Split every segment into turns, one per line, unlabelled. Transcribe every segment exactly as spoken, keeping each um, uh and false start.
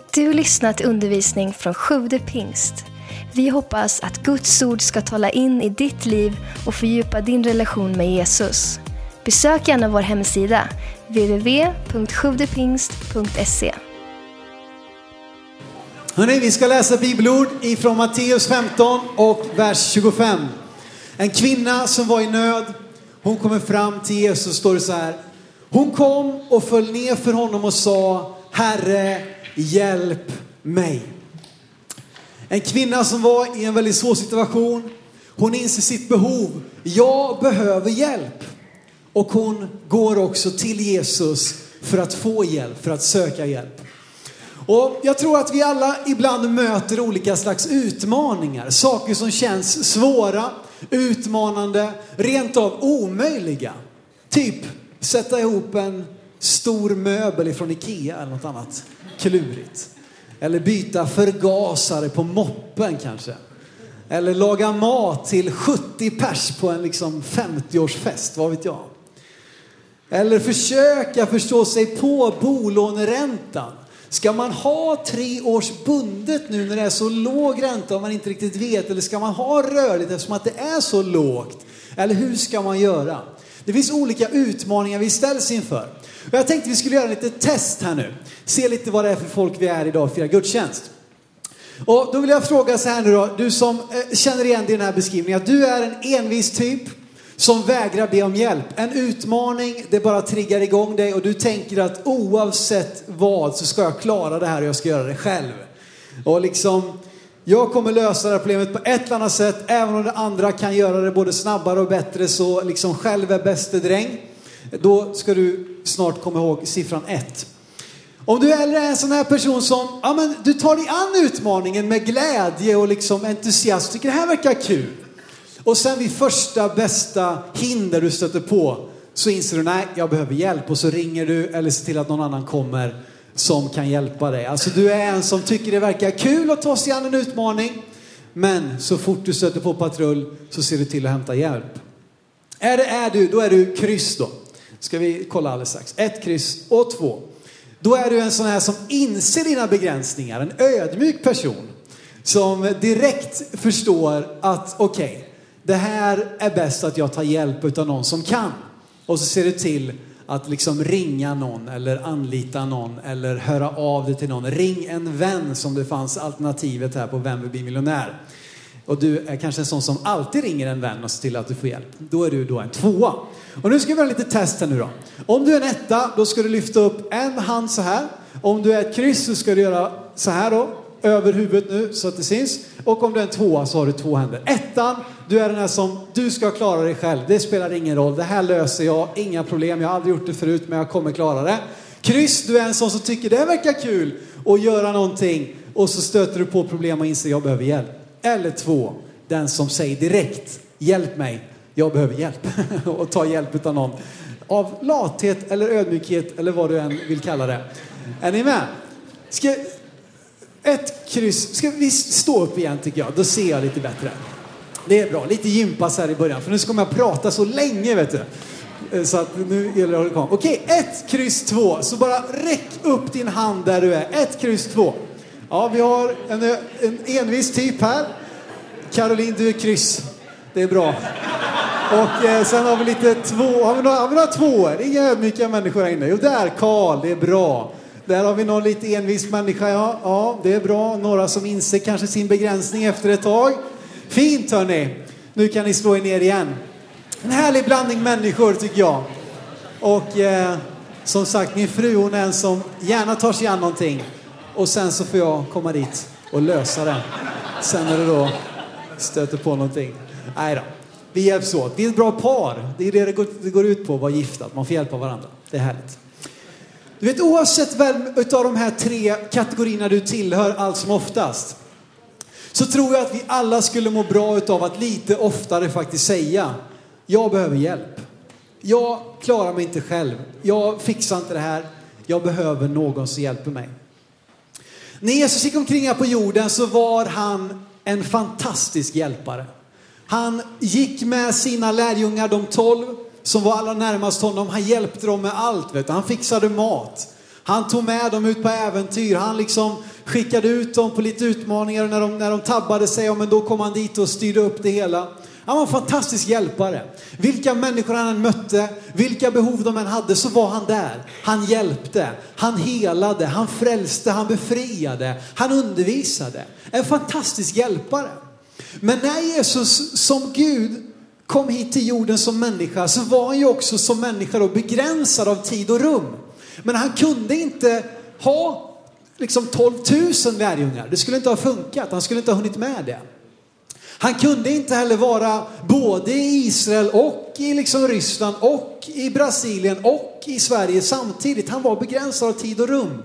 Du har lyssnat till undervisning från Sjude Pingst. Vi hoppas att Guds ord ska tala in i ditt liv och fördjupa din relation med Jesus. Besök gärna vår hemsida w w w punkt sjuvdepingst punkt se.
Hörrni, vi ska läsa bibelord ifrån Matteus femton och vers tjugofem. En kvinna som var i nöd, hon kommer fram till Jesus, står det så här. Hon kom och föll ner för honom och sa: Herre, hjälp mig. En kvinna som var i en väldigt svår situation. Hon inser sitt behov. Jag behöver hjälp. Och hon går också till Jesus för att få hjälp, för att söka hjälp. Och jag tror att vi alla ibland möter olika slags utmaningar. Saker som känns svåra, utmanande, rent av omöjliga. Typ sätta ihop en stor möbel ifrån Ikea eller något annat klurigt. Eller byta förgasare på moppen kanske. Eller laga mat till sjuttio pers på en liksom femtioårsfest, vad vet jag. Eller försöka förstå sig på bolåneräntan. Ska man ha tre års bundet nu när det är så låg ränta och man inte riktigt vet? Eller ska man ha rörligt eftersom att det är så lågt? Eller hur ska man göra? Det finns olika utmaningar vi ställs inför. Och jag tänkte vi skulle göra lite test här nu. Se lite vad det är för folk vi är idag och fira gudstjänst. Och då vill jag fråga så här nu då. Du som eh, känner igen den här beskrivningen. Att du är en envis typ som vägrar be om hjälp. En utmaning, det bara triggar igång dig. Och du tänker att oavsett vad så ska jag klara det här och jag ska göra det själv. Och liksom, jag kommer lösa det här problemet på ett eller annat sätt. Även om det andra kan göra det både snabbare och bättre, så liksom själv är bäste dräng. Då ska du snart komma ihåg siffran ett. Om du är en sån här person som ja, men du tar dig an utmaningen med glädje och liksom entusiasm. Tycker det här verkar kul. Och sen vid första bästa hinder du stöter på så inser du, nej, jag behöver hjälp. Och så ringer du eller ser till att någon annan kommer som kan hjälpa dig. Alltså du är en som tycker det verkar kul att ta sig an en utmaning. Men så fort du stöter på patrull så ser du till att hämta hjälp. Är det är du, då är du kryss då. Ska vi kolla alldeles strax. Ett kryss och två. Då är du en sån här som inser dina begränsningar. En ödmjuk person. Som direkt förstår att okej, okay, det här är bäst att jag tar hjälp av någon som kan. Och så ser du till att liksom ringa någon eller anlita någon eller höra av dig till någon. Ring en vän, som det fanns alternativet här på Vem vill bli miljonär. Och du är kanske en sån som alltid ringer en vän och ser till att du får hjälp. Då är du då en tvåa. Och nu ska vi göra lite test här nu då. Om du är en etta, då ska du lyfta upp en hand så här. Om du är ett kryss så ska du göra så här då. Över huvudet nu så att det syns. Och om du är en tvåa så har du två händer. Ettan, du är den här som du ska klara dig själv. Det spelar ingen roll. Det här löser jag. Inga problem. Jag har aldrig gjort det förut, men jag kommer klara det. Kryss, du är en sån som tycker det verkar kul att göra någonting. Och så stöter du på problem och inser jag behöver hjälp. Eller två, den som säger direkt: hjälp mig, jag behöver hjälp. Och ta hjälp av någon. Av lathet eller ödmjukhet eller vad du än vill kalla det. Är ni med? Ska... Ett kryss. Ska vi stå upp igen tycker jag? Då ser jag lite bättre. Det är bra. Lite gympas här i början. För nu ska man prata så länge, vet du. Så att nu gäller det att hålla kom. Okej, ett kryss två. Så bara räck upp din hand där du är. Ett kryss två. Ja, vi har en, en envis typ här. Caroline, du är kryss. Det är bra. Och eh, sen har vi lite två. Har vi några, har vi några tvåor? Inga ödmjuka människor här inne. Jo, där Karl. Det är bra. Där har vi någon lite envis människa, ja. Ja, det är bra. Några som inser kanske sin begränsning efter ett tag. Fint, hörni. Nu kan ni slå er ner igen. En härlig blandning människor, tycker jag. Och eh, som sagt, min fru, hon är en som gärna tar sig an någonting. Och sen så får jag komma dit och lösa det. Sen när det då stöter på någonting. Nej då. Vi hjälps åt. Vi är ett bra par. Det är det det går, det går ut på att vara gifta. Att man får hjälpa varandra. Det är härligt. Du vet, oavsett vem utav de här tre kategorierna du tillhör allt som oftast, så tror jag att vi alla skulle må bra utav att lite oftare faktiskt säga: jag behöver hjälp. Jag klarar mig inte själv. Jag fixar inte det här. Jag behöver någon som hjälper mig. När Jesus gick omkring här på jorden så var han en fantastisk hjälpare. Han gick med sina lärjungar, de tolv som var allra närmast honom. Han hjälpte dem med allt, vet du. Han fixade mat. Han tog med dem ut på äventyr. Han liksom skickade ut dem på lite utmaningar och när de, när de tabbade sig, ja, men då kom han dit och styrde upp det hela. Han var en fantastisk hjälpare. Vilka människor han än mötte, vilka behov de än hade, så var han där. Han hjälpte, han helade, han frälste, han befriade, han undervisade. En fantastisk hjälpare. Men när Jesus som Gud kom hit till jorden som människa, så var han ju också som människa då begränsad av tid och rum. Men han kunde inte ha liksom tolv tusen lärjungar. Det skulle inte ha funkat. Han skulle inte ha hunnit med det. Han kunde inte heller vara både i Israel och i liksom Ryssland och i Brasilien och i Sverige samtidigt. Han var begränsad av tid och rum.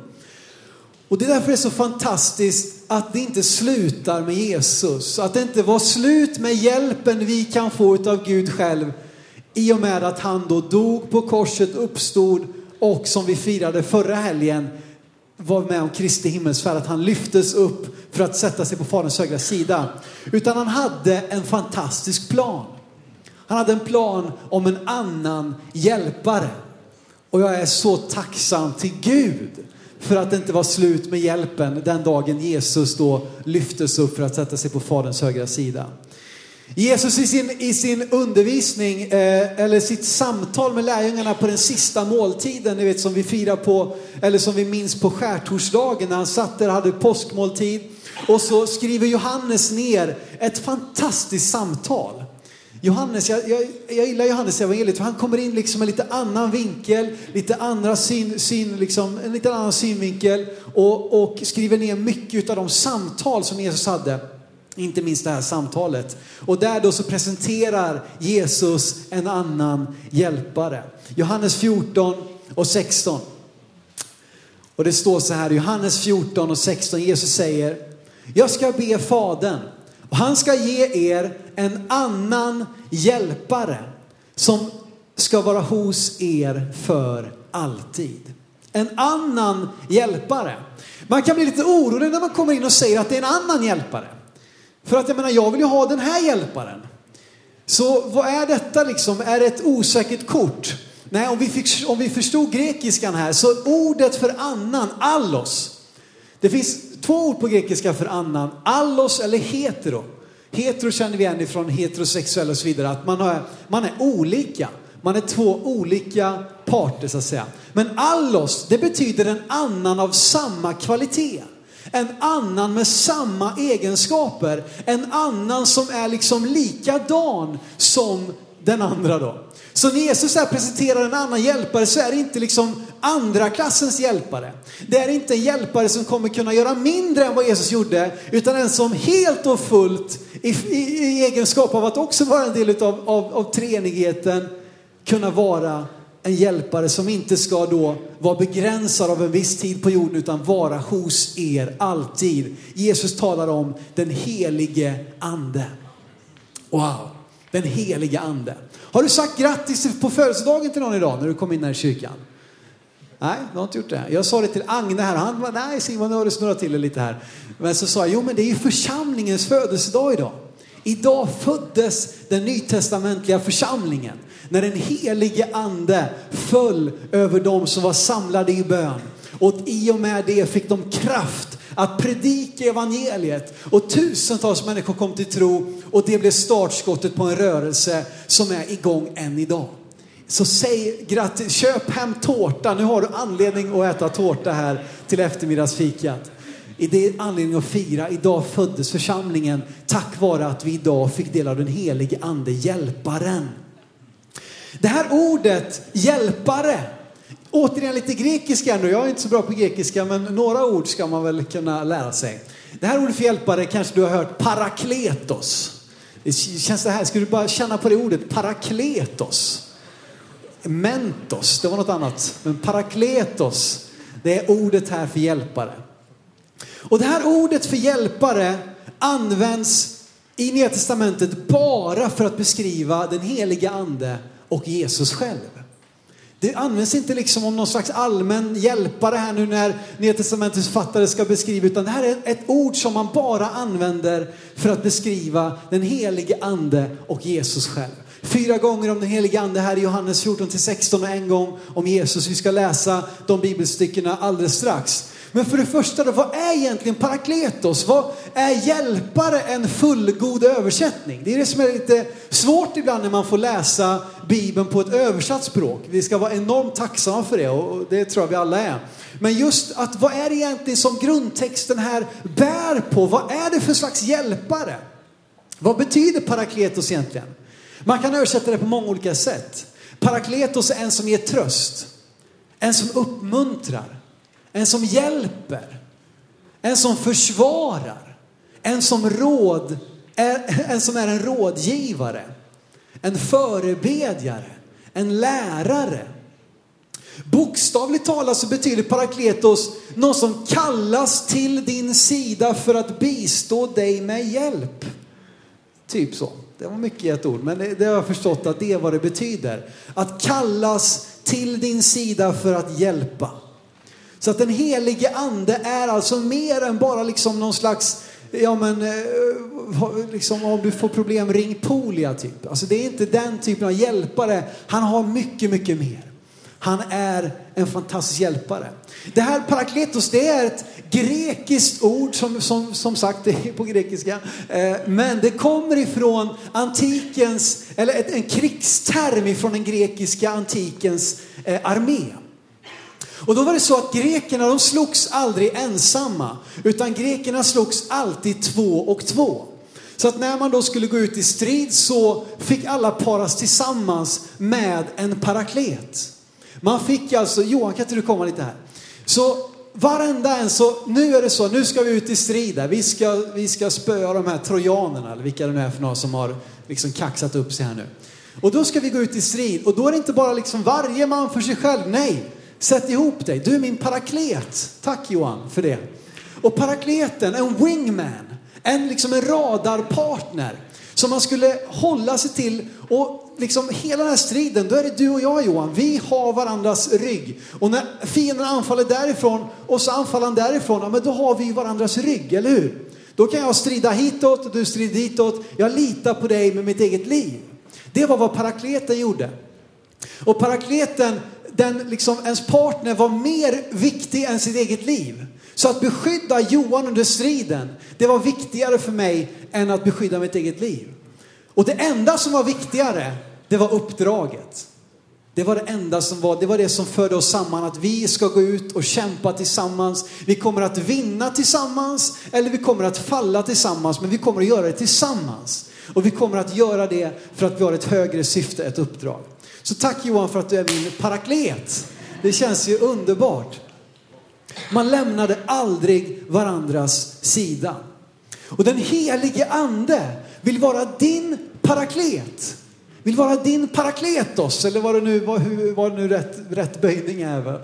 Och det är därför det är så fantastiskt att det inte slutar med Jesus. Att det inte var slut med hjälpen vi kan få av Gud själv. I och med att han då dog på korset, uppstod och som vi firade förra helgen var med om Kristi himmelsfärd. Att han lyftes upp för att sätta sig på Faderns högra sida. Utan han hade en fantastisk plan. Han hade en plan om en annan hjälpare. Och jag är så tacksam till Gud för att det inte var slut med hjälpen den dagen Jesus då lyftes upp för att sätta sig på Faderns högra sida. Jesus i sin, i sin undervisning eh, eller sitt samtal med lärjungarna på den sista måltiden, ni vet, som vi firar på, eller som vi minns på skärtorsdagen när han satt där och hade påskmåltid. Och så skriver Johannes ner ett fantastiskt samtal. Johannes, jag, jag, jag gillar Johannes evangeliet för han kommer in liksom med lite annan vinkel, lite andra syn, syn liksom, en lite annan synvinkel och, och skriver ner mycket av de samtal som Jesus hade. Inte minst det här samtalet. Och där då så presenterar Jesus en annan hjälpare. Johannes fjorton och sexton. Och det står så här, Johannes fjorton och sexton, Jesus säger: jag ska be Fadern och han ska ge er en annan hjälpare som ska vara hos er för alltid. En annan hjälpare. Man kan bli lite orolig när man kommer in och säger att det är en annan hjälpare. För att jag menar, jag vill ju ha den här hjälparen. Så vad är detta liksom? Är det ett osäkert kort? Nej, om vi, fick, om vi förstod grekiskan här, så ordet för annan, allos. Det finns två ord på grekiska för annan. Allos eller hetero. Hetero känner vi igen ifrån heterosexuella och så vidare. Att man, har, man är olika. Man är två olika parter så att säga. Men allos, det betyder en annan av samma kvalitet. En annan med samma egenskaper. En annan som är liksom likadan som den andra då. Så när Jesus här presenterar en annan hjälpare, så är det inte liksom andra klassens hjälpare. Det är inte en hjälpare som kommer kunna göra mindre än vad Jesus gjorde, utan en som helt och fullt i, i, i egenskap av att också vara en del av, av, av treenigheten kunna vara en hjälpare som inte ska då vara begränsad av en viss tid på jorden, utan vara hos er alltid. Jesus talar om den helige ande. Wow, den helige ande. Har du sagt grattis på födelsedagen till någon idag när du kom in här i kyrkan? Nej, du har inte gjort det. Jag sa det till Agne här. Han var, nej Simon, nu har du snurrat till det lite här. Men så sa jag, jo men det är ju församlingens födelsedag idag. Idag föddes den nytestamentliga församlingen. När den helige ande föll över dem som var samlade i bön. Och i och med det fick de kraft att predika evangeliet. Och tusentals människor kom till tro. Och det blev startskottet på en rörelse som är igång än idag. Så säg grattis, köp hem tårta. Nu har du anledning att äta tårta här till eftermiddagsfikat. Det är anledning att fira. Idag föddes församlingen tack vare att vi idag fick del av den helige ande, hjälparen. Det här ordet hjälpare, återigen lite grekiska nu. Jag är inte så bra på grekiska, men några ord ska man väl kunna lära sig. Det här ordet för hjälpare kanske du har hört, parakletos. Det känns det här, ska du bara känna på det ordet, parakletos. Mentos, det var något annat. Men parakletos, det är ordet här för hjälpare. Och det här ordet för hjälpare används i Nya testamentet bara för att beskriva den heliga ande och Jesus själv. Det används inte liksom om någon slags allmän hjälpare här nu när Nya testamentets författare ska beskriva, utan det här är ett ord som man bara använder för att beskriva den helige ande och Jesus själv. Fyra gånger om den helige ande här i Johannes fjorton till sexton och en gång om Jesus. Vi ska läsa de bibelstyckena alldeles strax. Men för det första då, vad är egentligen parakletos? Vad är hjälpare en fullgod översättning? Det är det som är lite svårt ibland när man får läsa Bibeln på ett översatt språk. Vi ska vara enormt tacksamma för det, och det tror jag vi alla är. Men just att vad är det egentligen som grundtexten här bär på? Vad är det för slags hjälpare? Vad betyder parakletos egentligen? Man kan översätta det på många olika sätt. Parakletos är en som ger tröst. En som uppmuntrar. En som hjälper. En som försvarar. En som råd är, en som är en rådgivare. En förebedjare. En lärare. Bokstavligt talat så betyder parakletos någon som kallas till din sida för att bistå dig med hjälp. Typ så. Det var mycket i ett ord, men det, det har jag förstått att det är vad det betyder. Att kallas till din sida för att hjälpa. Så att den helige ande är alltså mer än bara liksom någon slags, ja men liksom om du får problem ring Polia typ. Alltså det är inte den typen av hjälpare. Han har mycket, mycket mer. Han är en fantastisk hjälpare. Det här parakletos, det är ett grekiskt ord som, som, som sagt det är på grekiska. Eh, men det kommer ifrån antikens, eller ett, en krigsterm ifrån den grekiska antikens eh, armé. Och då var det så att grekerna, de slogs aldrig ensamma. Utan grekerna slogs alltid två och två. Så att när man då skulle gå ut i strid så fick alla paras tillsammans med en paraklet. Man fick alltså, Johan kan inte du komma lite här. Så varenda en så, nu är det så, nu ska vi ut i strid där. Vi ska, vi ska spöa de här trojanerna, eller vilka det nu är för några som har liksom kaxat upp sig här nu. Och då ska vi gå ut i strid. Och då är det inte bara liksom varje man för sig själv, nej. Sätt ihop dig, du är min paraklet. Tack Johan för det. Och parakleten, en wingman. En liksom en radarpartner. Som man skulle hålla sig till. Och liksom hela den här striden, då är det du och jag Johan. Vi har varandras rygg. Och när fienden anfaller därifrån och så anfaller han därifrån, ja, men då har vi varandras rygg, eller hur? Då kan jag strida hitåt och du strider ditåt. Jag litar på dig med mitt eget liv. Det var vad parakleten gjorde. Och parakleten, den liksom, ens partner var mer viktig än sitt eget liv. Så att beskydda Johan under striden, det var viktigare för mig än att beskydda mitt eget liv. Och det enda som var viktigare, det var uppdraget. Det var det enda som var, det var det som förde oss samman. Att vi ska gå ut och kämpa tillsammans. Vi kommer att vinna tillsammans. Eller vi kommer att falla tillsammans. Men vi kommer att göra det tillsammans. Och vi kommer att göra det för att vi har ett högre syfte, ett uppdrag. Så tack Johan för att du är min paraklet. Det känns ju underbart. Man lämnade aldrig varandras sida. Och den helige ande vill vara din paraklet. Vill vara din parakletos. Eller vad det nu, vad, hur, vad det nu rätt, rätt böjning är. Va?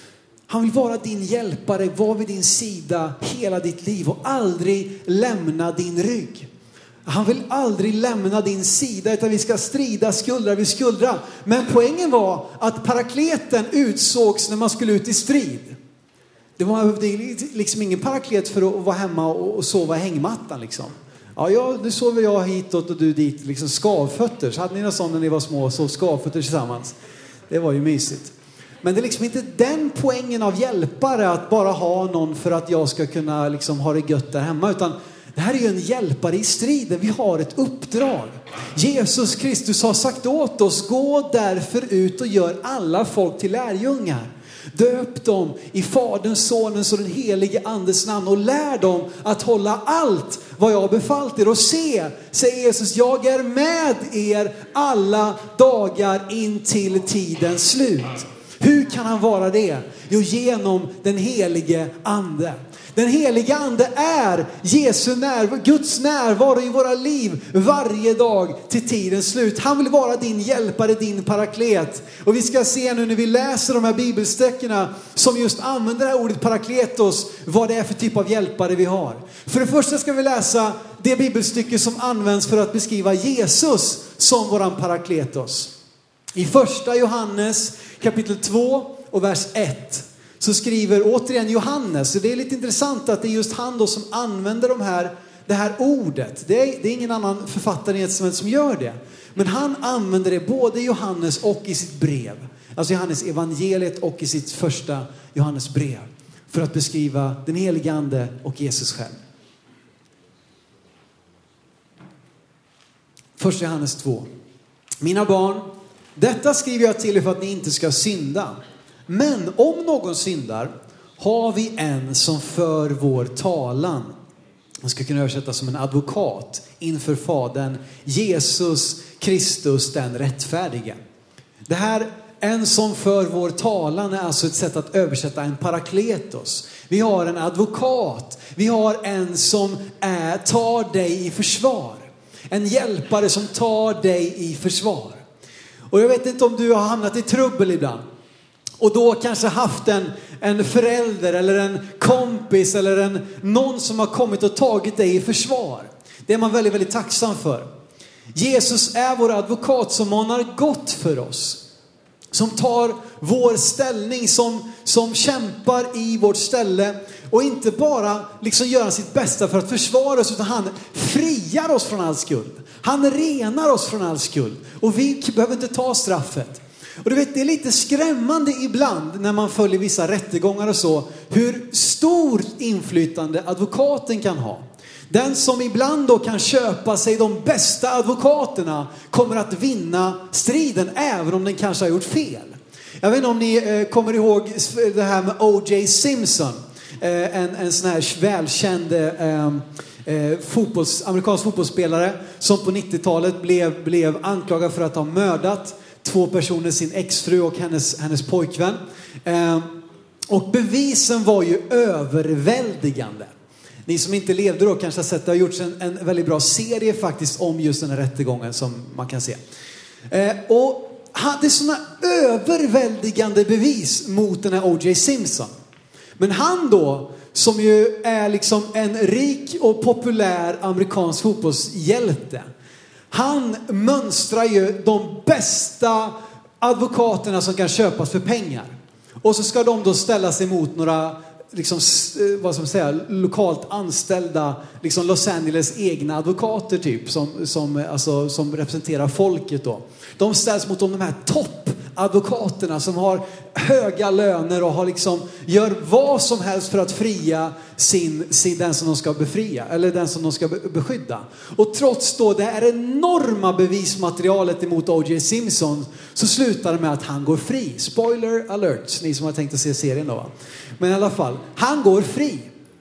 Han vill vara din hjälpare. Vara vid din sida hela ditt liv. Och aldrig lämna din rygg. Han vill aldrig lämna din sida. Utan vi ska strida skuldra vid skuldra. Men poängen var att parakleten utsågs när man skulle ut i strid. Det var liksom ingen paraklet för att vara hemma och sova i hängmattan liksom. Ja, ja, nu sover jag hitåt och du dit, liksom skavfötter. Så hade ni någon sån när ni var små och sov skavfötter tillsammans. Det var ju mysigt. Men det är liksom inte den poängen av hjälpare att bara ha någon för att jag ska kunna liksom ha det gött där hemma. Utan det här är ju en hjälpare i striden. Vi har ett uppdrag. Jesus Kristus har sagt åt oss, gå därför ut och gör alla folk till lärjungar. Döp dem i Faderns, Sonens och den helige Andes namn och lär dem att hålla allt vad jag har befallt er. Och se, säger Jesus, jag är med er alla dagar in till tidens slut. Hur kan han vara det? Jo, genom den helige ande. Den helige ande är Jesu närvaro, Guds närvaro i våra liv varje dag till tidens slut. Han vill vara din hjälpare, din paraklet. Och vi ska se nu när vi läser de här bibelstäckena som just använder det här ordet parakletos, vad det är för typ av hjälpare vi har. För det första ska vi läsa det bibelstycke som används för att beskriva Jesus som våran parakletos. I första Johannes kapitel två och vers ett. Så skriver återigen Johannes. Så det är lite intressant att det är just han då som använder de här, det här ordet. Det är, det är ingen annan författare som gör det. Men han använder det både i Johannes och i sitt brev. Alltså Johannes evangeliet och i sitt första Johannes brev. för att beskriva den helige ande och Jesus själv. Första Johannes två. Mina barn, detta skriver jag till er för att ni inte ska synda. Men om någon syndar har vi en som för vår talan. Man ska kunna översätta som en advokat inför Fadern, Jesus Kristus den rättfärdige. Det här, en som för vår talan, är alltså ett sätt att översätta en parakletos. Vi har en advokat. Vi har en som är, tar dig i försvar. En hjälpare som tar dig i försvar. Och jag vet inte om du har hamnat i trubbel ibland. Och då kanske haft en, en förälder eller en kompis eller en, någon som har kommit och tagit dig i försvar. Det är man väldigt, väldigt tacksam för. Jesus är vår advokat som manar gott för oss. Som tar vår ställning, som, som kämpar i vårt ställe. Och inte bara liksom gör sitt bästa för att försvara oss, utan han friar oss från all skuld. Han renar oss från all skuld. Och vi behöver inte ta straffet. Och du vet, det är lite skrämmande ibland när man följer vissa rättegångar och så, hur stort inflytande advokaten kan ha. Den som ibland då kan köpa sig de bästa advokaterna kommer att vinna striden även om den kanske har gjort fel. Jag vet inte om ni eh, kommer ihåg det här med O J Simpson. Eh, en, en sån här välkänd eh, eh, fotbolls, amerikansk fotbollsspelare som på nittiotalet blev, blev anklagad för att ha mördat två personer, sin exfru och hennes, hennes pojkvän. Eh, och bevisen var ju överväldigande. Ni som inte levde då kanske har sett, det har gjorts en, en väldigt bra serie faktiskt om just den här rättegången som man kan se. Eh, och hade sådana överväldigande bevis mot den här O J Simpson. Men han då, som ju är liksom en rik och populär amerikansk fotbollshjälte. Han mönstrar ju de bästa advokaterna som kan köpas för pengar. Och så ska de då ställa sig mot några liksom, vad ska man säga, lokalt anställda, liksom Los Angeles egna advokater typ, som, som, alltså, som representerar folket då. De ställs mot de här toppadvokaterna som har höga löner och har liksom, gör vad som helst för att fria sin, sin, den som de ska befria, eller den som de ska beskydda. Och trots då det är enorma bevismaterialet emot O J Simpson, så slutar det med att han går fri. Spoiler alert, ni som har tänkt att se serien då, va? Men i alla fall, han går fri.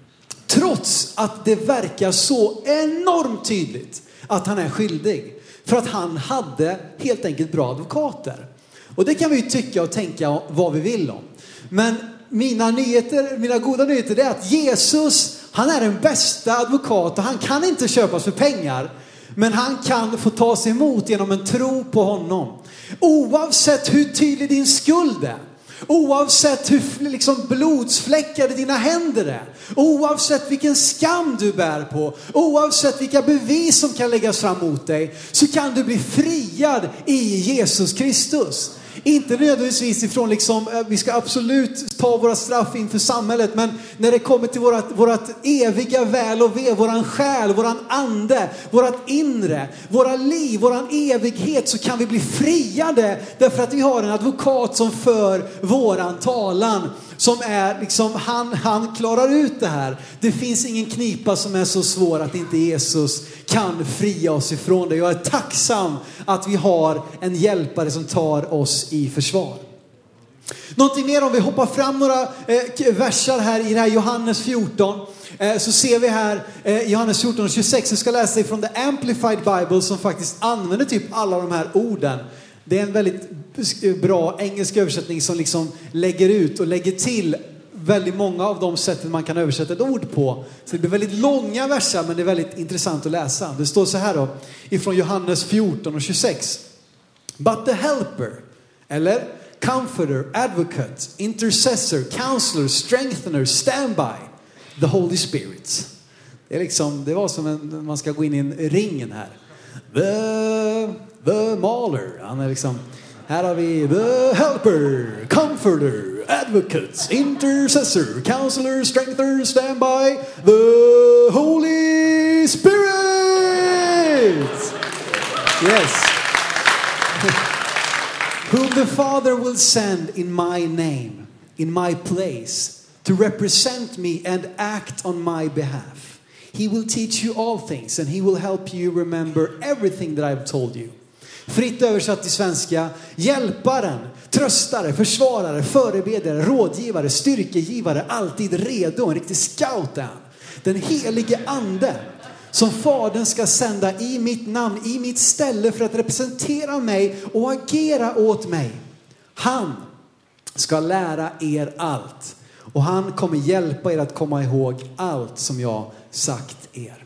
Trots att det verkar så enormt tydligt att han är skyldig. För att han hade helt enkelt bra advokater. Och det kan vi ju tycka och tänka vad vi vill om. Men mina nyheter, mina goda nyheter är att Jesus, han är den bästa advokat och han kan inte köpas för pengar. Men han kan få ta sig emot genom en tro på honom. Oavsett hur tydlig din skuld är. Oavsett hur liksom blodsfläckade dina händer är. Oavsett vilken skam du bär på. Oavsett vilka bevis som kan läggas fram mot dig. Så kan du bli friad i Jesus Kristus. Inte nödvändigtvis ifrån liksom, vi ska absolut ta våra straff inför samhället. Men när det kommer till vårat, vårat eviga väl och ve, våran själ, våran ande, vårat inre, våra liv, våran evighet, så kan vi bli friade. Därför att vi har en advokat som för våran talan. Som är liksom, han, han klarar ut det här. Det finns ingen knipa som är så svår att inte Jesus kan fria oss ifrån det. Jag är tacksam att vi har en hjälpare som tar oss i försvar. Någonting mer, om vi hoppar fram några eh, versar här i det här Johannes fjorton. Eh, så ser vi här eh, Johannes fjorton och tjugosex. Vi ska läsa ifrån The Amplified Bible som faktiskt använder typ alla de här orden. Det är en väldigt bra engelsk översättning som liksom lägger ut och lägger till väldigt många av de sätten man kan översätta ett ord på. Så det blir väldigt långa verser, men det är väldigt intressant att läsa. Det står så här då, ifrån Johannes fjorton och tjugosex. But the helper, eller comforter, advocate, intercessor, counselor, strengthener, standby, the Holy Spirit. Det är liksom, det var som en, man ska gå in i en ringen här. The, the Mauler, han är liksom, här har vi the helper, comforter, advocate, intercessor, counselor, strengthener, standby, the Holy Spirit. Yes. Whom the Father will send in my name, in my place, to represent me and act on my behalf. He will teach you all things and he will help you remember everything that I've told you. Fritt översatt till svenska: hjälparen, tröstare, försvarare, förebedjare, rådgivare, styrkegivare, alltid redo, en riktig scout är han. Den helige ande som Fadern ska sända i mitt namn, i mitt ställe, för att representera mig och agera åt mig. Han ska lära er allt och han kommer hjälpa er att komma ihåg allt som jag sagt er.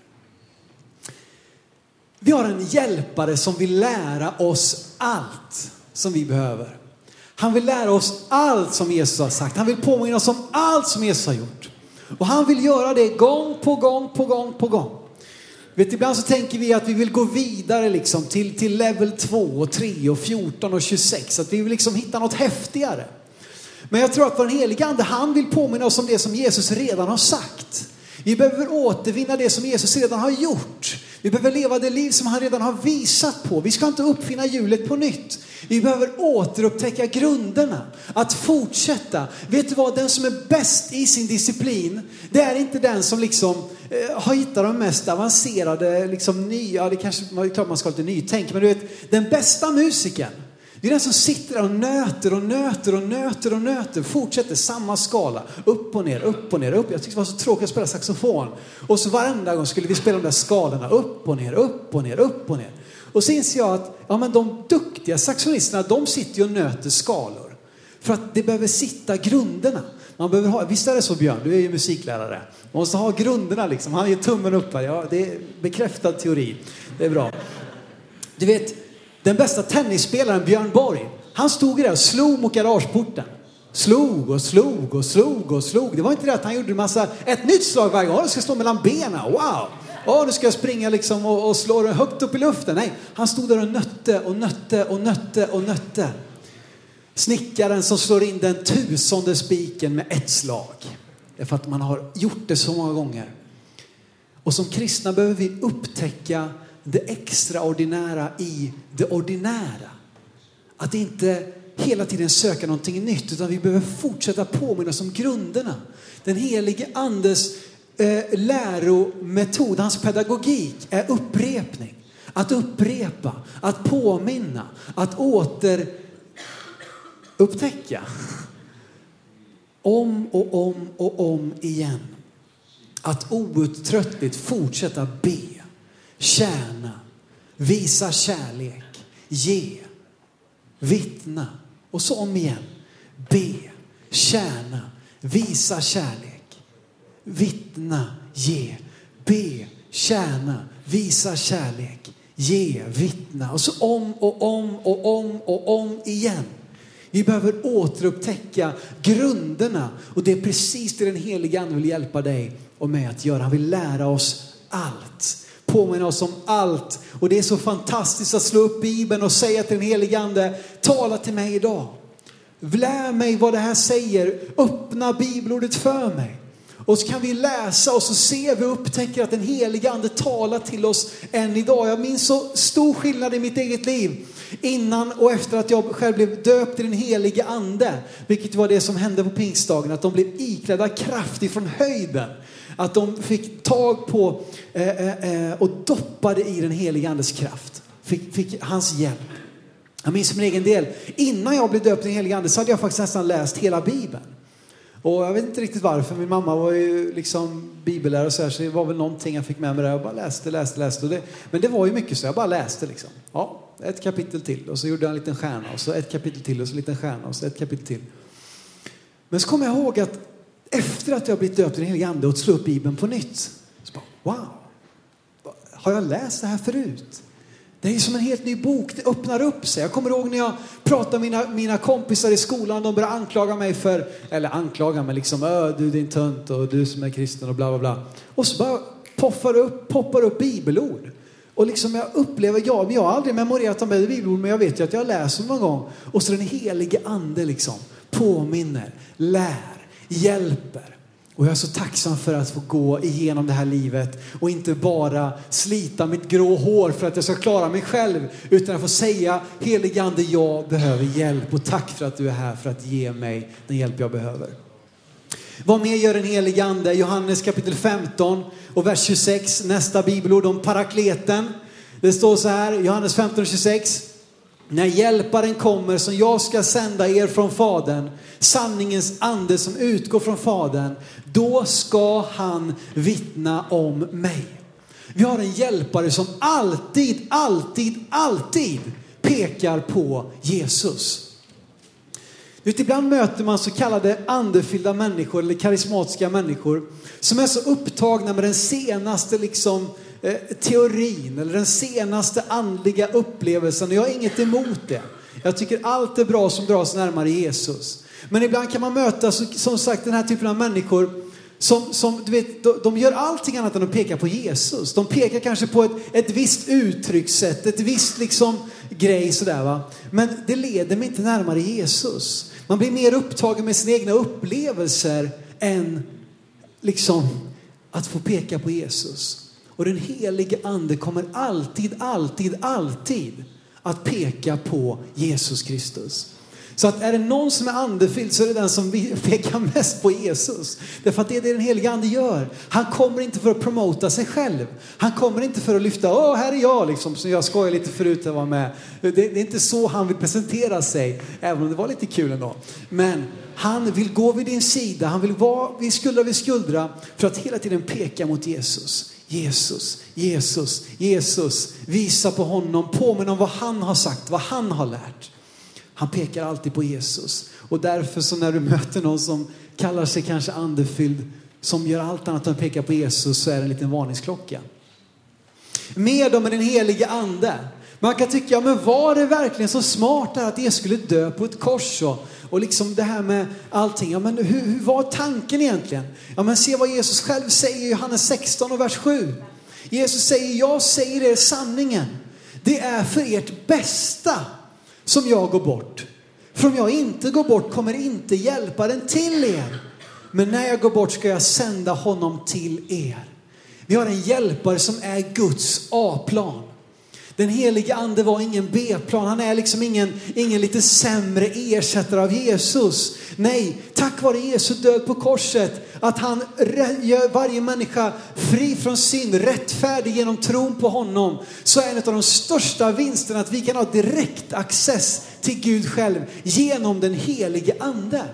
Vi har en hjälpare som vill lära oss allt som vi behöver. Han vill lära oss allt som Jesus har sagt. Han vill påminna oss om allt som Jesus har gjort. Och han vill göra det gång på gång på gång på gång. Vet, ibland så tänker vi att vi vill gå vidare liksom till, till level två och tre och fjorton och tjugosex. Att vi vill liksom hitta något häftigare. Men jag tror att vår helige ande, han vill påminna oss om det som Jesus redan har sagt. Vi behöver återvinna det som Jesus redan har gjort. Vi behöver leva det liv som han redan har visat på. Vi ska inte uppfinna hjulet på nytt. Vi behöver återupptäcka grunderna. Att fortsätta. Vet du vad? Den som är bäst i sin disciplin, det är inte den som liksom eh, har hittat de mest avancerade, liksom nya. Det kanske det är klart man ska ha lite nytänk. Men du vet, den bästa musiken, det är den som sitter där och nöter och nöter och nöter och nöter. Fortsätter samma skala. Upp och ner, upp och ner, upp. Jag tyckte det var så tråkigt att spela saxofon. Och så varenda gång skulle vi spela de där skalorna. Upp och ner, upp och ner, upp och ner. Och så inser jag att ja, men de duktiga saxofonisterna, de sitter ju och nöter skalor. För att det behöver sitta grunderna. Man behöver ha, visst är det så, Björn? Du är ju musiklärare. Man måste ha grunderna liksom. Han ger tummen upp här. Ja, det är bekräftad teori. Det är bra. Du vet, den bästa tennisspelaren Björn Borg, han stod där och slog mot garageporten. Slog och slog och slog och slog. Det var inte det att han gjorde en massa, ett nytt slag varje gång. Det ska stå mellan benen. Wow! Åh, nu ska jag springa liksom och, och slå det högt upp i luften. Nej, han stod där och nötte och nötte och nötte och nötte. Snickaren som slår in den tusende spiken med ett slag. Det är för att man har gjort det så många gånger. Och som kristna behöver vi upptäcka det extraordinära i det ordinära. Att inte hela tiden söka någonting nytt, utan vi behöver fortsätta påminna oss om grunderna. Den helige andes eh, lärometod, hans pedagogik är upprepning. Att upprepa, att påminna, att åter upptäcka. Om och om och om igen. Att outtröttligt fortsätta be. Tjäna, visa kärlek, ge, vittna och så om igen. Be, tjäna, visa kärlek, vittna, ge, be, tjäna, visa kärlek, ge, vittna och så om och om och om och om igen. Vi behöver återupptäcka grunderna och det är precis det den helige ande vill hjälpa dig och mig att göra. Han vill lära oss allt. Påminna oss om allt. Och det är så fantastiskt att slå upp Bibeln och säga till den helige ande: tala till mig idag. Lär mig vad det här säger. Öppna bibelordet för mig. Och så kan vi läsa och så ser vi och upptäcker att den helige ande talar till oss än idag. Jag minns så stor skillnad i mitt eget liv. Innan och efter att jag själv blev döpt i den helige ande. Vilket var det som hände på pingstdagen. Att de blev iklädda kraft ifrån höjden. Att de fick tag på eh, eh, och doppade i den helige andes kraft. Fick, fick hans hjälp. Jag minns min egen del. Innan jag blev döpt i den helige ande så hade jag faktiskt nästan läst hela Bibeln. Och jag vet inte riktigt varför. Min mamma var ju liksom bibellärare och så här. Så det var väl någonting jag fick med mig där. Jag bara läste, läste, läste. Och det, men det var ju mycket så. Jag bara läste liksom. Ja, ett kapitel till. Och så gjorde jag en liten stjärna. Och så ett kapitel till. Och så en liten stjärna. Och så ett kapitel till. Men så kommer jag ihåg att efter att jag blivit döpt i den helige ande och slå upp Bibeln på nytt. Så bara, wow. Har jag läst det här förut? Det är som en helt ny bok. Det öppnar upp sig. Jag kommer ihåg när jag pratade med mina, mina kompisar i skolan. De började anklaga mig för, eller anklaga mig liksom. Ö, du din tönt och du som är kristen och bla bla bla. Och så bara poppar upp, poppar upp bibelord. Och liksom jag upplever, ja, jag har aldrig memorerat de här bibelord. Men jag vet ju att jag läser någon gång. Och så den helige ande liksom påminner, lär, hjälper. Och jag är så tacksam för att få gå igenom det här livet. Och inte bara slita mitt grå hår för att jag ska klara mig själv. Utan att få säga, helige ande, jag behöver hjälp. Och tack för att du är här för att ge mig den hjälp jag behöver. Vad mer gör den helige ande? Johannes kapitel femton och vers tjugosex. Nästa bibelord om parakleten. Det står så här, Johannes femton tjugosex. När hjälparen kommer som jag ska sända er från Fadern, sanningens ande som utgår från Fadern, då ska han vittna om mig. Vi har en hjälpare som alltid, alltid, alltid pekar på Jesus. Vet, ibland möter man så kallade andefyllda människor eller karismatiska människor som är så upptagna med den senaste liksom, eh, teorin eller den senaste andliga upplevelsen. Och jag har inget emot det. Jag tycker allt är bra som dras närmare Jesus. Men ibland kan man möta så, som sagt den här typen av människor som, som du vet, de, de gör allting annat än att peka på Jesus. De pekar kanske på ett, ett visst uttryckssätt, ett visst liksom grej sådär va. Men det leder mig inte närmare Jesus. Man blir mer upptagen med sina egna upplevelser än liksom att få peka på Jesus. Och den helige ande kommer alltid, alltid, alltid att peka på Jesus Kristus. Så att är det någon som är andefylld så är det den som pekar mest på Jesus. Därför att det är det den helige ande gör. Han kommer inte för att promota sig själv. Han kommer inte för att lyfta, åh här är jag liksom, som jag skojar lite förut att vara med. Det, det är inte så han vill presentera sig, även om det var lite kul ändå. Men han vill gå vid din sida, han vill vara vid skuldra vid skuldra för att hela tiden peka mot Jesus. Jesus, Jesus, Jesus. Visa på honom, påminna om vad han har sagt, vad han har lärt. Han pekar alltid på Jesus. Och därför så när du möter någon som kallar sig kanske andefylld, som gör allt annat än att peka på Jesus, så är det en liten varningsklocka. Med dem med den helige ande. Man kan tycka, ja, men var det verkligen så smart att Jesus skulle dö på ett kors? Och, och liksom det här med allting. Ja, men hur, hur var tanken egentligen? Ja, men se vad Jesus själv säger i Johannes sexton och vers sju. Jesus säger, jag säger er sanningen. Det är för ert bästa som jag går bort. För om jag inte går bort kommer inte hjälpa den till er. Men när jag går bort ska jag sända honom till er. Vi har en hjälpare som är Guds A-plan. Den helige ande var ingen B-plan. Han är liksom ingen, ingen lite sämre ersättare av Jesus. Nej, tack vare Jesu död på korset, att han gör varje människa fri från synd, rättfärdig genom tron på honom, så är en av de största vinsterna att vi kan ha direkt access till Gud själv genom den helige ande.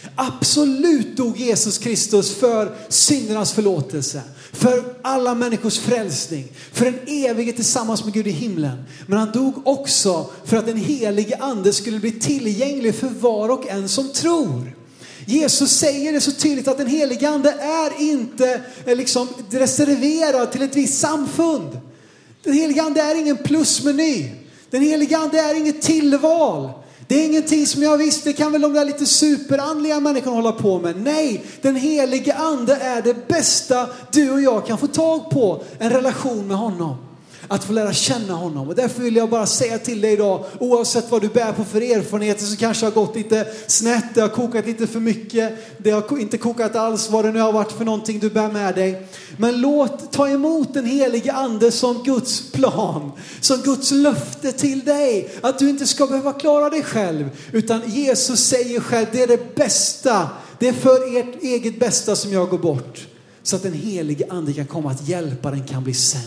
Absolut dog Jesus Kristus för syndernas förlåtelse, för alla människors frälsning, för en evighet tillsammans med Gud i himlen. Men han dog också för att den helige ande skulle bli tillgänglig för var och en som tror. Jesus säger det så tydligt att den helige ande är inte liksom reserverad till ett visst samfund. Den helige ande är ingen plusmeny. Den helige ande är inget tillval. Det är ingenting som jag visste, kan väl de där lite superandliga människorna hålla på med. Nej, den helige ande är det bästa du och jag kan få tag på. En relation med honom. Att få lära känna honom. Och därför vill jag bara säga till dig idag, oavsett vad du bär på för erfarenheter som kanske har gått lite snett, det har kokat lite för mycket, det har inte kokat alls, vad det nu har varit för någonting du bär med dig. Men låt ta emot den helige ande som Guds plan, som Guds löfte till dig. Att du inte ska behöva klara dig själv, utan Jesus säger själv, det är det bästa, det är för ert eget bästa som jag går bort. Så att den helige ande kan komma, att hjälpa den kan bli sänd.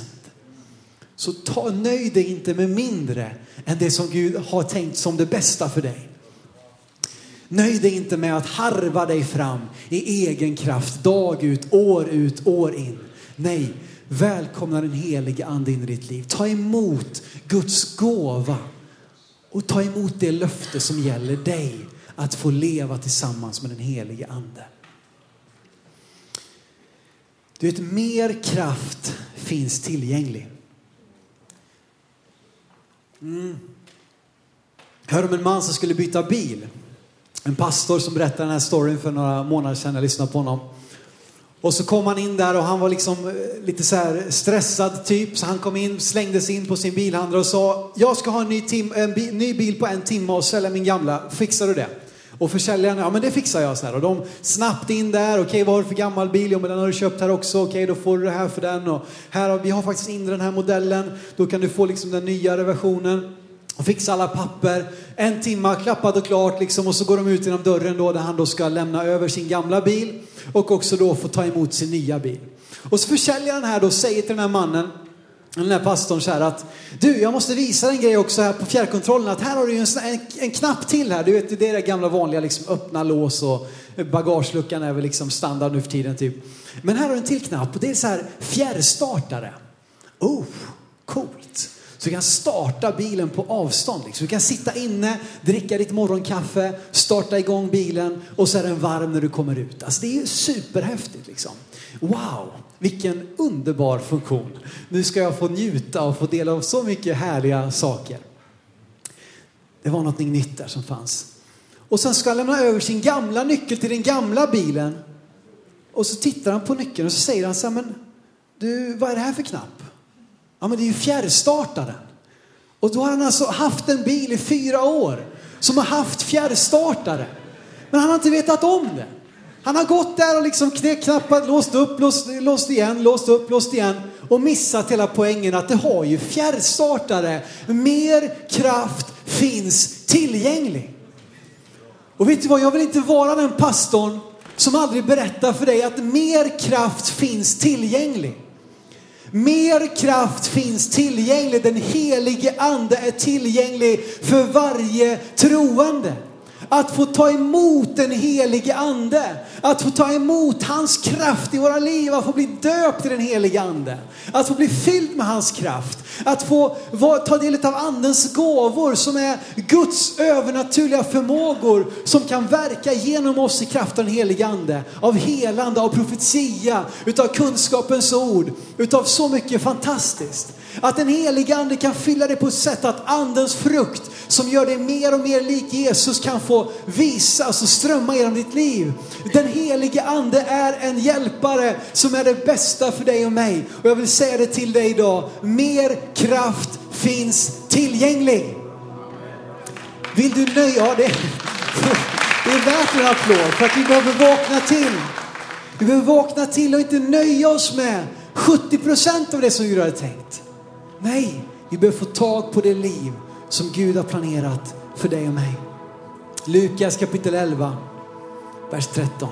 Så ta, nöj dig inte med mindre än det som Gud har tänkt som det bästa för dig. Nöj dig inte med att harva dig fram i egen kraft, dag ut, år ut, år in. Nej, välkomna den helige ande in i ditt liv. Ta emot Guds gåva och ta emot det löfte som gäller dig, att få leva tillsammans med den helige ande. Du vet, mer kraft finns tillgänglig. Mm. Jag hörde om en man som skulle byta bil. En pastor som berättade den här storyn för några månader sedan. Jag lyssnade på honom. Och så kom han in där och han var liksom lite så här stressad typ. Så han kom in, slängde sig in på sin bilhandlare och sa, jag ska ha en ny, tim- en bi- ny bil på en timme och sälja min gamla. Fixar du det? Och försäljaren, ja men det fixar jag så här. Och de snabbt in där, okej okay, vad har du för gammal bil? Ja men den har du köpt här också, okej okay, då får du det här för den. Och här har, vi har faktiskt in den här modellen, då kan du få liksom den nyare versionen. Och fixar alla papper. En timme klappat och klart liksom. Och så går de ut genom dörren då, där han då ska lämna över sin gamla bil. Och också då få ta emot sin nya bil. Och så försäljaren här då säger till den här mannen, den här pastorn så här att du, jag måste visa en grej också här på fjärrkontrollen. Att här har du ju en, en, en knapp till här. Du vet, det är det gamla vanliga liksom, öppna lås och bagageluckan är väl liksom standard nu för tiden typ. Men här har du en till knapp och det är så här fjärrstartare. Oh, coolt. Så du kan starta bilen på avstånd. Liksom. Du kan sitta inne, dricka ditt morgonkaffe, starta igång bilen och så är den varm när du kommer ut. Alltså det är ju superhäftigt liksom. Wow, vilken underbar funktion. Nu ska jag få njuta och få del av så mycket härliga saker. Det var något nytt där som fanns. Och sen ska han lämna över sin gamla nyckel till den gamla bilen. Och så tittar han på nyckeln och så säger han så här, men du, vad är det här för knapp? Ja, men det är ju fjärrstartaren. Och då har han alltså haft en bil i fyra år som har haft fjärrstartare. Men han har inte vetat om det. Han har gått där och liksom knäckknappat, låst upp, låst, låst igen, låst upp, låst igen. Och missat hela poängen att det har ju fjärrstartare. Mer kraft finns tillgänglig. Och vet du vad, jag vill inte vara den pastorn som aldrig berättar för dig att mer kraft finns tillgänglig. Mer kraft finns tillgänglig. Den helige ande är tillgänglig för varje troende. Att få ta emot den helige ande. Att få ta emot hans kraft i våra liv. Att få bli döpt i den helige ande. Att få bli fylld med hans kraft. Att få ta del av andens gåvor som är Guds övernaturliga förmågor som kan verka genom oss i kraft av den helige ande. Av helande, av profetia, utav kunskapens ord, utav så mycket fantastiskt. Att den helige ande kan fylla det på ett sätt att andens frukt som gör dig mer och mer lik Jesus kan få visas och strömma genom ditt liv. Den helige ande är en hjälpare som är det bästa för dig och mig. Och jag vill säga det till dig idag. Mer kraft finns tillgänglig. Vill du nöja? Ja, det, det är värt en applåd för att vi behöver vakna till. Vi behöver vakna till och inte nöja oss med sjuttio procent av det som Gud hade tänkt. Nej, vi behöver få tag på det liv som Gud har planerat för dig och mig. Lukas kapitel elva, vers tretton.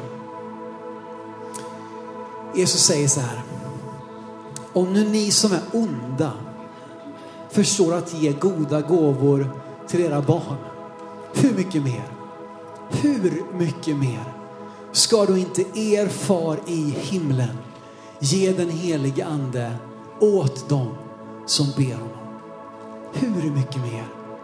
Jesus säger så här. Om nu ni som är onda förstår att ge goda gåvor till era barn, hur mycket mer? Hur mycket mer ska då inte er far i himlen ge den helige ande åt dem som ber honom? Hur mycket mer?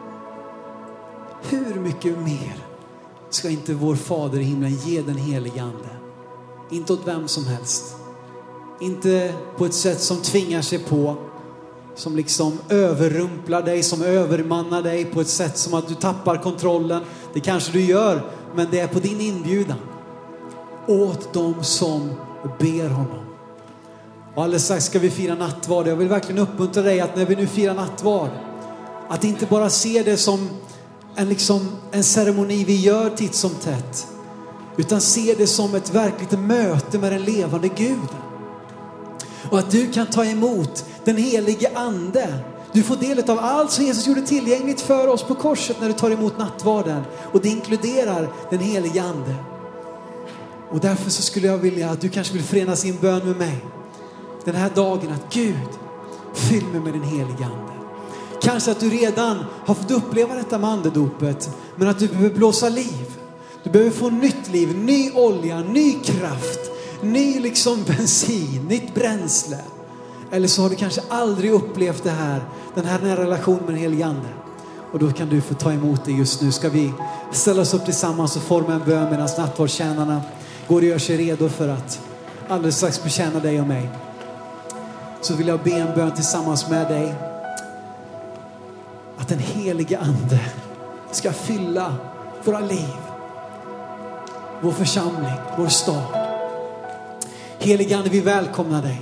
Hur mycket mer ska inte vår fader i himlen ge den helige ande? Inte åt vem som helst. Inte på ett sätt som tvingar sig på. Som liksom överrumplar dig, som övermannar dig på ett sätt som att du tappar kontrollen. Det kanske du gör, men det är på din inbjudan. Åt dem som ber honom. Och alldeles strax ska vi fira nattvard. Jag vill verkligen uppmuntra dig att när vi nu firar nattvard, att inte bara se det som en, liksom, en ceremoni vi gör titt som tätt, utan se det som ett verkligt möte med den levande Gud. Och att du kan ta emot den helige ande. Du får del av allt som Jesus gjorde tillgängligt för oss på korset när du tar emot nattvarden. Och det inkluderar den helige ande. Och därför så skulle jag vilja att du kanske vill förenas i en bön med mig den här dagen, att Gud, fyll mig med den helige ande. Kanske att du redan har fått uppleva detta med andedopet, men att du behöver blåsa liv. Du behöver få nytt liv, ny olja, ny kraft, ny liksom bensin, nytt bränsle. Eller så har du kanske aldrig upplevt det här, den här, den här relationen med den helige ande. Och då kan du få ta emot det just nu. Ska vi ställa oss upp tillsammans och forma en bön medan nattvardstjänarna går och gör sig redo för att alldeles strax betjäna dig och mig. Så vill jag be en bön tillsammans med dig. Att den helige ande ska fylla våra liv, vår församling, vår stad. Helige ande, vi välkomnar dig.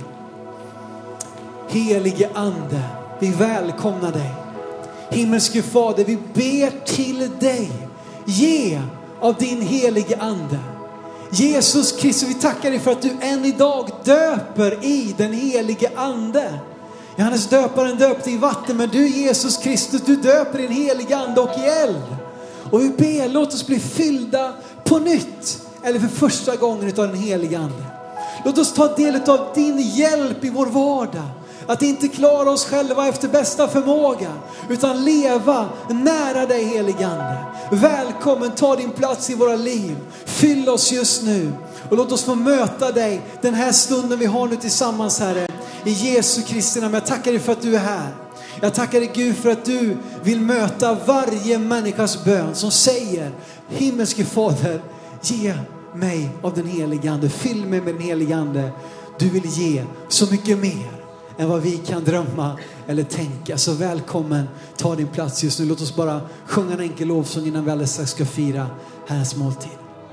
Helige ande, vi välkomnar dig. Himmelske Fader, vi ber till dig. Ge av din helige ande. Jesus Kristus, vi tackar dig för att du än idag döper i den helige ande. Johannes döparen döpte i vatten, men du Jesus Kristus, du döper i en helig ande och i eld. Och vi ber, låt oss bli fyllda på nytt, eller för första gången utav den heliga ande. Låt oss ta del av din hjälp i vår vardag. Att inte klara oss själva efter bästa förmåga, utan leva nära dig, helige ande. Välkommen, ta din plats i våra liv. Fyll oss just nu. Och låt oss få möta dig den här stunden vi har nu tillsammans, Herre. I Jesu Kristi namn. Jag tackar dig för att du är här. Jag tackar dig, Gud, för att du vill möta varje människas bön som säger: himmelske Fader, ge mig av den heliga ande. Fyll mig med den heliga ande. Du vill ge så mycket mer än vad vi kan drömma eller tänka. Så välkommen, ta din plats just nu. Låt oss bara sjunga en enkel lovsång innan vi alldeles strax ska fira Herrens måltid.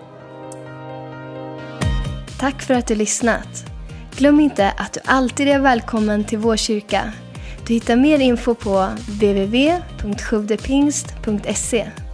Tack för att du lyssnat. Glöm inte att du alltid är välkommen till vår kyrka. Du hittar mer info på w w w punkt skövdepingst punkt se.